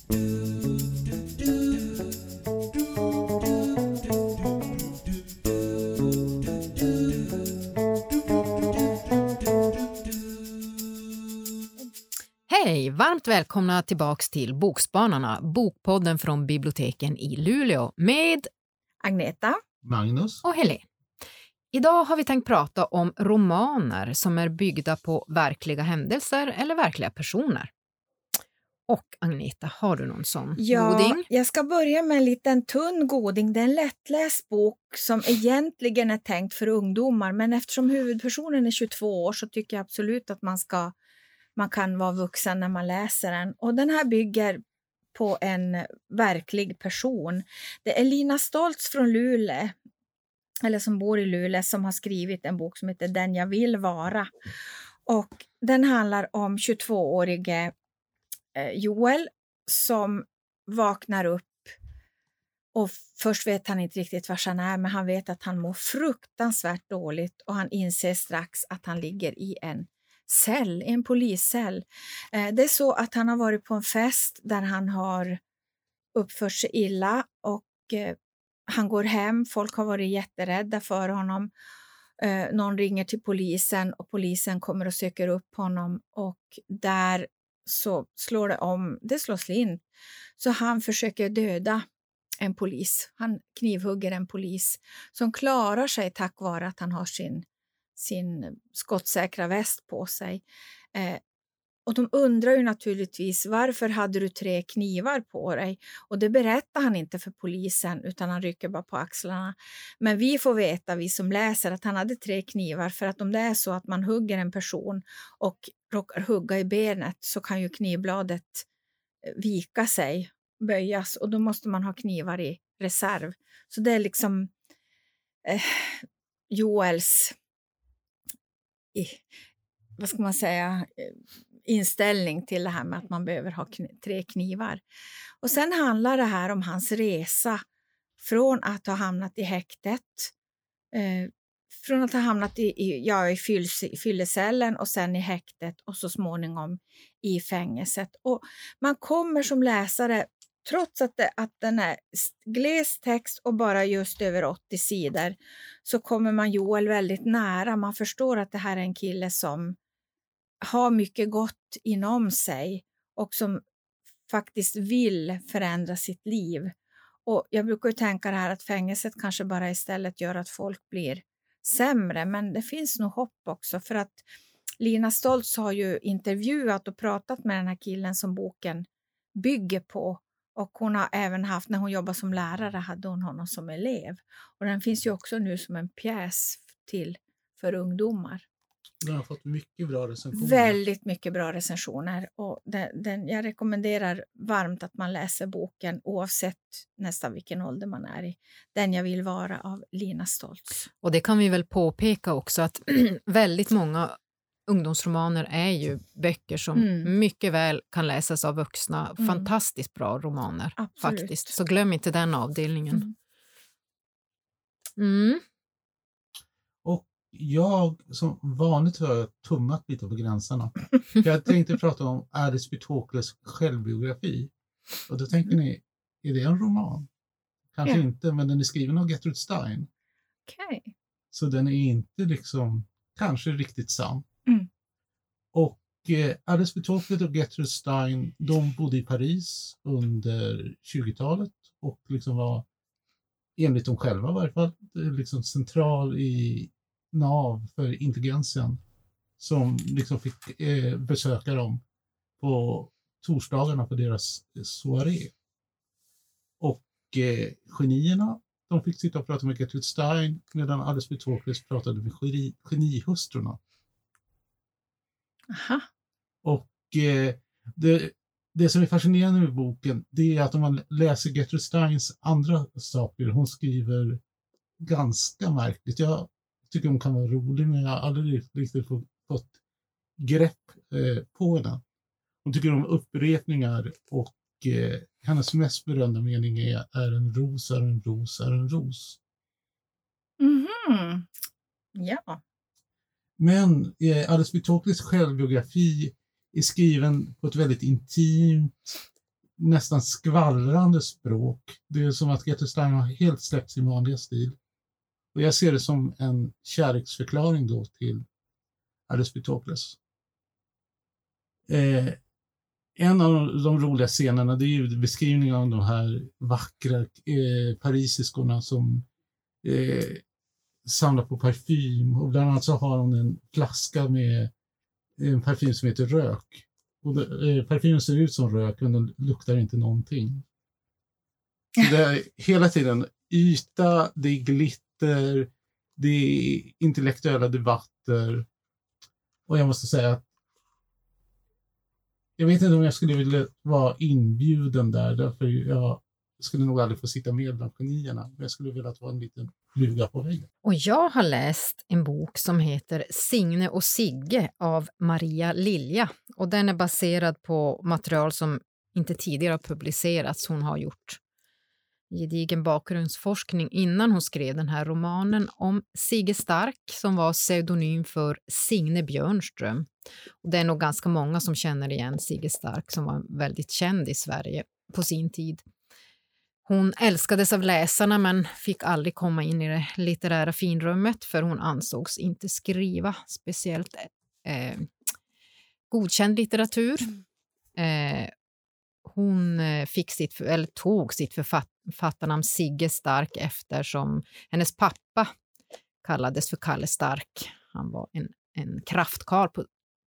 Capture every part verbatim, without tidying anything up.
Hej, varmt välkomna tillbaks till Bokspanarna, bokpodden från biblioteken i Luleå med Agneta, Magnus och Helene. Idag har vi tänkt prata om romaner som är byggda på verkliga händelser eller verkliga personer. Och Agneta, har du någon sån ja, goding? Jag ska börja med en liten tunn goding. Det är en lättläst bok som egentligen är tänkt för ungdomar, men eftersom huvudpersonen är tjugotvå år så tycker jag absolut att man ska man kan vara vuxen när man läser den. Och den här bygger på en verklig person. Det är Lina Stoltz från Luleå, eller som bor i Luleå, som har skrivit en bok som heter Den jag vill vara. Och den handlar om tjugotvåårige Joel som vaknar upp och först vet han inte riktigt var han är, men han vet att han mår fruktansvärt dåligt och han inser strax att han ligger i en cell, en poliscell. Det är så att han har varit på en fest där han har uppfört sig illa och han går hem, folk har varit jätterädda för honom. Någon ringer till polisen och polisen kommer och söker upp honom och där så slår det om, det slår slint. Så han försöker döda en polis. Han knivhugger en polis som klarar sig tack vare att han har sin, sin skottsäkra väst på sig. Eh, och de undrar ju naturligtvis, varför hade du tre knivar på dig? Och det berättar han inte för polisen utan han rycker bara på axlarna. Men vi får veta, vi som läser, att han hade tre knivar för att om det är så att man hugger en person och råkar hugga i benet så kan ju knivbladet vika sig, böjas och då måste man ha knivar i reserv. Så det är liksom eh, Joels eh, vad ska man säga inställning till det här med att man behöver ha kn- tre knivar. Och sen handlar det här om hans resa från att ha hamnat i häktet, eh, från att ha hamnat i, i, ja, i fyll- fyllecellen och sen i häktet och så småningom i fängelset. Och man kommer som läsare, trots att, det, att den är gles text och bara just över åttio sidor, så kommer man Joel väldigt nära. Man förstår att det här är en kille som har mycket gott inom sig och som faktiskt vill förändra sitt liv. Och jag brukar ju tänka det här att fängelset kanske bara istället gör att folk blir sämre, men det finns nog hopp också för att Lina Stoltz har ju intervjuat och pratat med den här killen som boken bygger på och hon har även haft, när hon jobbar som lärare hade hon honom som elev och den finns ju också nu som en pjäs till för ungdomar. Den har fått mycket bra recensioner. Väldigt mycket bra recensioner och den, den, jag rekommenderar varmt att man läser boken oavsett nästan vilken ålder man är i. Den jag vill vara av Lina Stoltz. Och det kan vi väl påpeka också att väldigt många ungdomsromaner är ju böcker som mm. mycket väl kan läsas av vuxna. Mm. Fantastiskt bra romaner. Absolut. Faktiskt. Så glöm inte den avdelningen. Mm. Mm. Och jag som vanligt har jag tummat lite på gränserna. Jag tänkte prata om Alice B. Toklas självbiografi. Och då tänker ni, är det en roman? Kanske yeah. inte, men den är skriven av Gertrude Stein. Okej. Okay. Så den är inte liksom kanske riktigt sann. Mm. Och eh, Alice B. Toklas och Gertrude Stein, de bodde i Paris under tjugotalet och liksom var, enligt dem själva i varje fall, liksom central i nav för intelligensen som liksom fick eh, besöka dem på torsdagarna på deras soaré. Och eh, genierna, de fick sitta och prata med Gertrude Stein medan Alice B. Toklas pratade med geni, genihustrurna. Aha. Och eh, det, det som är fascinerande med boken, det är att om man läser Gertrude Steins andra saker, hon skriver ganska märkligt. Jag tycker hon kan vara rolig, men jag har aldrig riktigt fått grepp eh, på den. Hon tycker om upprepningar och eh, hennes mest berömda mening är är en ros, är en ros, är en ros. Mhm. Ja. Men eh, Alice B. Toklas självbiografi är skriven på ett väldigt intimt, nästan skvallrande språk. Det är som att Gertrude Stein har helt släppt sin vanliga stil. Och jag ser det som en kärleksförklaring då till Aristotokles. Eh, en av de roliga scenerna, det är ju beskrivningen av de här vackra eh, parisiskorna som eh, samlar på parfym. Och bland annat så har hon en flaska med en parfym som heter rök. Och det, eh, parfymen ser ut som rök, men den luktar inte någonting. Så det är hela tiden yta, det är glitter, det är intellektuella debatter. Och jag måste säga att jag vet inte om jag skulle vilja vara inbjuden där, därför jag skulle nog aldrig få sitta med bland genierna. Men jag skulle vilja vara en liten fluga på väggen. Och jag har läst en bok som heter Signe och Sigge av Maria Lilja. Och den är baserad på material som inte tidigare har publicerats. Hon har gjort gedigen bakgrundsforskning innan hon skrev den här romanen om Sigge Stark som var pseudonym för Signe Björnström. Och det är nog ganska många som känner igen Sigge Stark som var väldigt känd i Sverige på sin tid. Hon älskades av läsarna men fick aldrig komma in i det litterära finrummet för hon ansågs inte skriva speciellt eh, godkänd litteratur. Eh, hon fick sitt, eller tog sitt författarnamn Sigge Stark eftersom hennes pappa kallades för Kalle Stark. Han var en, en kraftkarl. På,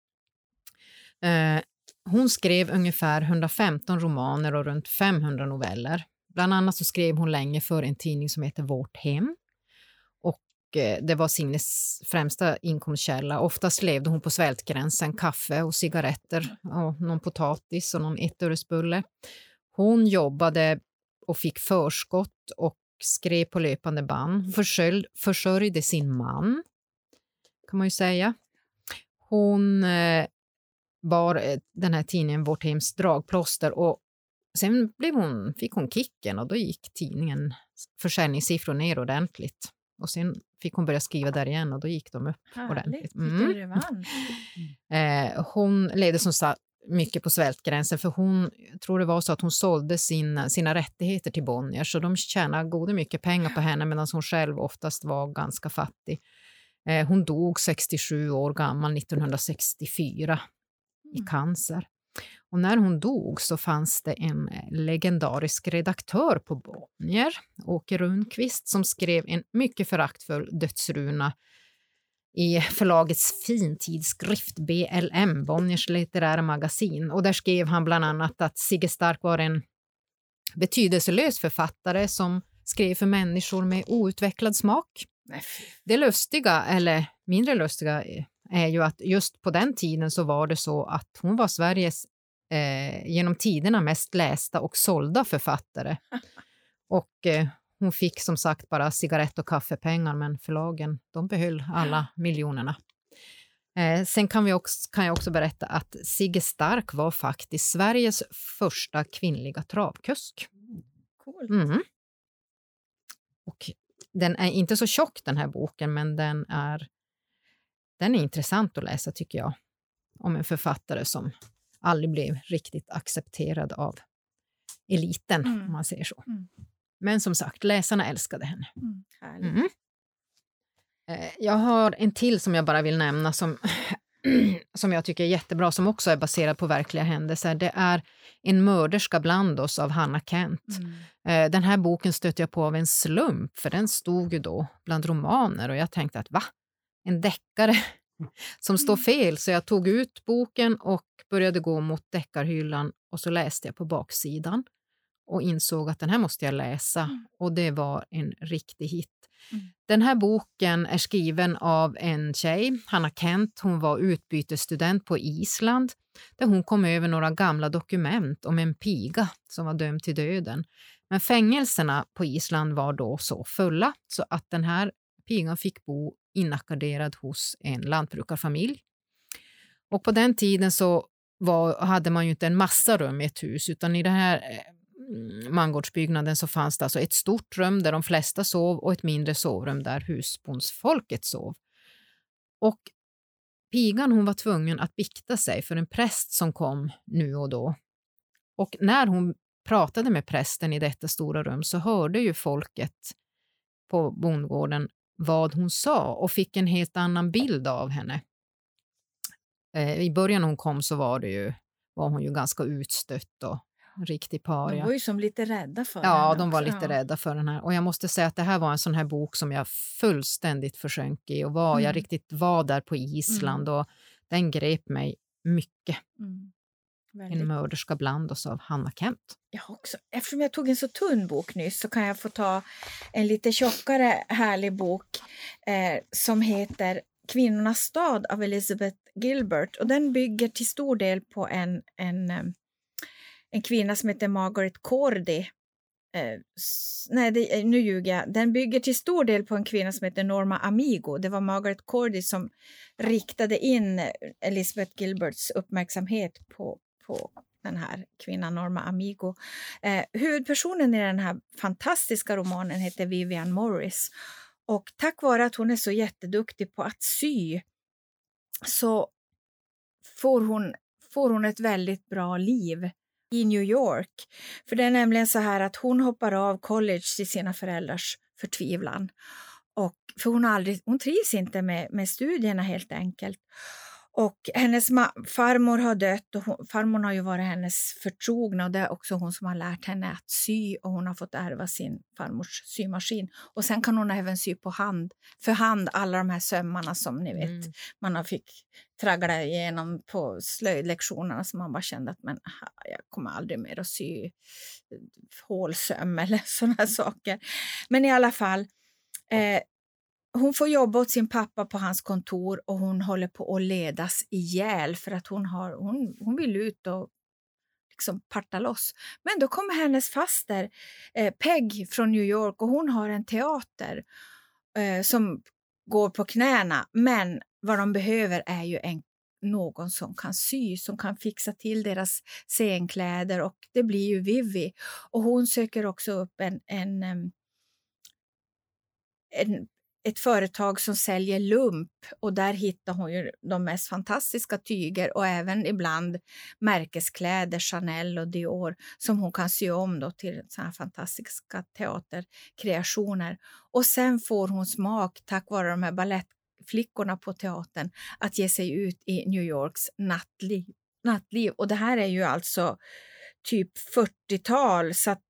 eh, hon skrev ungefär hundrafemton romaner och runt femhundra noveller. Bland annat så skrev hon länge för en tidning som heter Vårt Hem. Och eh, det var Signes främsta inkomstkälla. Oftast levde hon på svältgränsen, kaffe och cigaretter och någon potatis och någon ettöresbulle. Hon jobbade och fick förskott och skrev på löpande band. Hon försörjde, försörjde sin man, kan man ju säga. Hon eh, var eh, den här tidningen Vårt Hems dragplåster och sen blev hon, fick hon kicken och då gick tidningen försäljningssiffror ner ordentligt. Och sen fick hon börja skriva där igen och då gick de upp Härligt, ordentligt. Mm. Eh, hon levde som sagt mycket på svältgränsen för hon, jag tror det var så att hon sålde sina, sina rättigheter till Bonnier så de tjänade goda mycket pengar på henne medan hon själv oftast var ganska fattig. Eh, hon dog sextiosju år gammal nittonhundrasextiofyra i cancer. Och när hon dog så fanns det en legendarisk redaktör på Bonnier, Åke Rundqvist, som skrev en mycket föraktfull dödsruna i förlagets fintidskrift B L M, Bonniers litterära magasin. Och där skrev han bland annat att Sigge Stark var en betydelselös författare som skrev för människor med outvecklad smak. Det lustiga, eller mindre lustiga, är ju att just på den tiden så var det så att hon var Sveriges eh, genom tiderna mest lästa och sålda författare. Och eh, hon fick som sagt bara cigarett- och kaffepengar men förlagen, de behöll alla miljonerna. Eh, sen kan, vi också, kan jag också berätta att Sigge Stark var faktiskt Sveriges första kvinnliga travkusk. Cool. Mm. Och den är inte så tjock den här boken men den är Den är intressant att läsa tycker jag. Om en författare som aldrig blev riktigt accepterad av eliten, mm. om man säger så. Mm. Men som sagt, läsarna älskade henne. Mm. Mm. Jag har en till som jag bara vill nämna som, som jag tycker är jättebra, som också är baserad på verkliga händelser. Det är En mörderska bland oss av Hannah Kent. Mm. Den här boken stötte jag på av en slump, för den stod ju då bland romaner och jag tänkte att va? En deckare som står fel, så jag tog ut boken och började gå mot deckarhyllan och så läste jag på baksidan och insåg att den här måste jag läsa mm. och det var en riktig hit. Mm. Den här boken är skriven av en tjej, Hannah Kent. Hon var utbytesstudent på Island där hon kom över några gamla dokument om en piga som var dömd till döden. Men fängelserna på Island var då så fulla så att den här pigan fick bo inackorderad hos en lantbrukarfamilj. Och på den tiden så var, hade man ju inte en massa rum i ett hus, utan i den här eh, mangårdsbyggnaden så fanns det alltså ett stort rum där de flesta sov och ett mindre sovrum där husbondsfolket sov. Och pigan, hon var tvungen att bikta sig för en präst som kom nu och då. Och när hon pratade med prästen i detta stora rum så hörde ju folket på bondgården vad hon sa och fick en helt annan bild av henne. Eh, I början när hon kom så var, det ju, var hon ju ganska utstött och riktig paria. De var ju som lite rädda för ja, henne. Ja, de var också. lite ja. rädda för den här. Och jag måste säga att det här var en sån här bok som jag fullständigt försjönk i. Och var, mm. jag riktigt var där på Island mm. och den grep mig mycket. Mm. En mörderska bland oss av Hannah Kent. Jag också. Eftersom jag tog en så tunn bok nyss så kan jag få ta en lite tjockare härlig bok eh, som heter Kvinnornas stad av Elizabeth Gilbert. Och den bygger till stor del på en, en, en kvinna som heter Margaret Cordy. Eh, nej, det, nu ljuger jag. Den bygger till stor del på en kvinna som heter Norma Amigo. Det var Margaret Cordy som riktade in Elizabeth Gilberts uppmärksamhet på på den här kvinnan Norma Amigo. Eh, huvudpersonen i den här fantastiska romanen heter Vivian Morris. Och tack vare att hon är så jätteduktig på att sy så får hon, får hon ett väldigt bra liv i New York. För det är nämligen så här att hon hoppar av college till sina föräldrars förtvivlan. Och, för hon, aldrig, hon trivs inte med, med studierna helt enkelt. Och hennes ma- farmor har dött och hon, farmor har ju varit hennes förtrogna och det är också hon som har lärt henne att sy och hon har fått ärva sin farmors symaskin. Och sen kan hon även sy på hand, för hand alla de här sömmarna som ni vet mm. man har fick traggla igenom på slöjdlektionerna som man bara kände att men, aha, jag kommer aldrig mer att sy hålsöm eller sådana saker. Men i alla fall eh, hon får jobba åt sin pappa på hans kontor och hon håller på att ledas ihjäl för att hon, har, hon, hon vill ut och liksom parta loss. Men då kommer hennes faster eh, Peg från New York och hon har en teater eh, som går på knäna. Men vad de behöver är ju en, någon som kan sy, som kan fixa till deras scenkläder och det blir ju Vivi. Och hon söker också upp en, en, en, en ett företag som säljer lump och där hittar hon ju de mest fantastiska tyger och även ibland märkeskläder, Chanel och Dior som hon kan sy om då till såna här fantastiska teaterkreationer. Och sen får hon smak tack vare de här ballettflickorna på teatern att ge sig ut i New Yorks nattliv. nattliv. Och det här är ju alltså typ fyrtiotal så att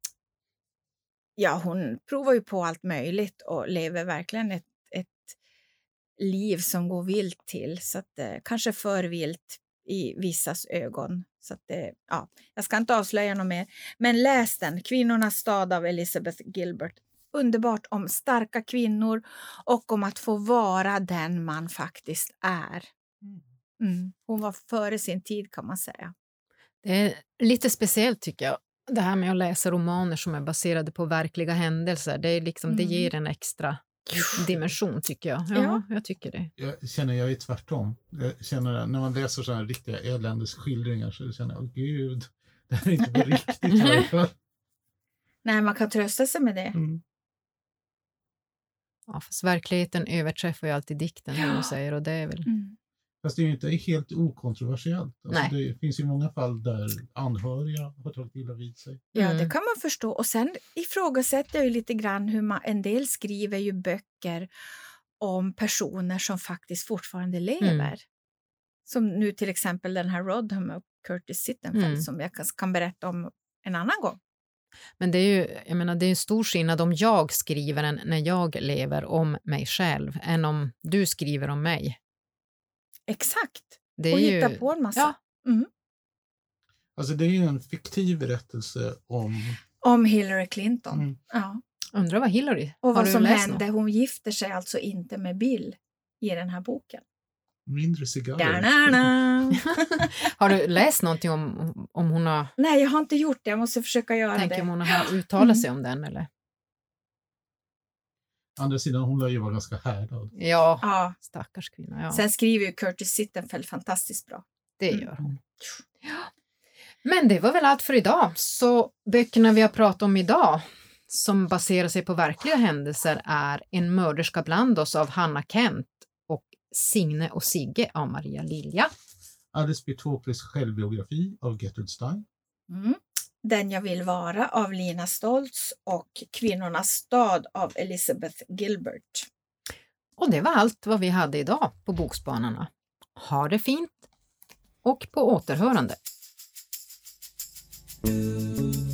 ja, hon provar ju på allt möjligt och lever verkligen ett, ett liv som går vilt till. Så att, eh, kanske för vilt i vissas ögon. Så att, eh, ja, jag ska inte avslöja något mer. Men läs den, Kvinnornas stad av Elizabeth Gilbert. Underbart om starka kvinnor och om att få vara den man faktiskt är. Mm. Hon var före sin tid kan man säga. Det är lite speciellt tycker jag. Det här med att läsa romaner som är baserade på verkliga händelser, det, är liksom, mm. det ger en extra dimension tycker jag. Ja, ja. Jag tycker det. Jag känner jag är tvärtom. Jag känner att när man läser sådana här riktiga eländesskildringar så känner jag, åh gud, det här är inte på riktigt i varje fall. Nej, man kan trösta sig med det. Mm. Ja, fast verkligheten överträffar ju alltid dikten, ja. Man säger, och det är väl... Mm. Fast det är ju inte helt okontroversiellt. Alltså det finns ju många fall där anhöriga har tagit illa vid sig. Ja, mm. det kan man förstå. Och sen ifrågasätter jag ju lite grann hur man, en del skriver ju böcker om personer som faktiskt fortfarande lever. Mm. Som nu till exempel den här Rodham och Curtis Sittenfeld mm. som jag kan, kan berätta om en annan gång. Men det är ju, jag menar, det är en stor skillnad om jag skriver en, när jag lever om mig själv än om du skriver om mig. Exakt. Det är och ju... hitta på en massa. Ja. Mm. Alltså det är ju en fiktiv berättelse om... Om Hillary Clinton. Mm. Ja. Undrar vad Hillary... Och vad som hände. Något? Hon gifter sig alltså inte med Bill i den här boken. Mindre cigarrer. Har du läst någonting om, om hon har... Nej, jag har inte gjort det. Jag måste försöka göra Tänker det. Tänker om hon har uttalat sig mm. om den, eller? Andra sidan, hon lär ju vara ganska härdad. Ja, ja. Stackars kvinna. Ja. Sen skriver ju Curtis Sittenfeld fantastiskt bra. Det gör hon. Mm. Ja. Men det var väl allt för idag. Så böckerna vi har pratat om idag som baserar sig på verkliga händelser är En mörderska bland oss av Hannah Kent och Signe och Sigge av Maria Lilja. Alice Petopris självbiografi av Gertrude Stein. Mm. Den jag vill vara av Lina Stoltz och Kvinnornas stad av Elizabeth Gilbert. Och det var allt vad vi hade idag på Bokspanarna. Ha det fint och på återhörande.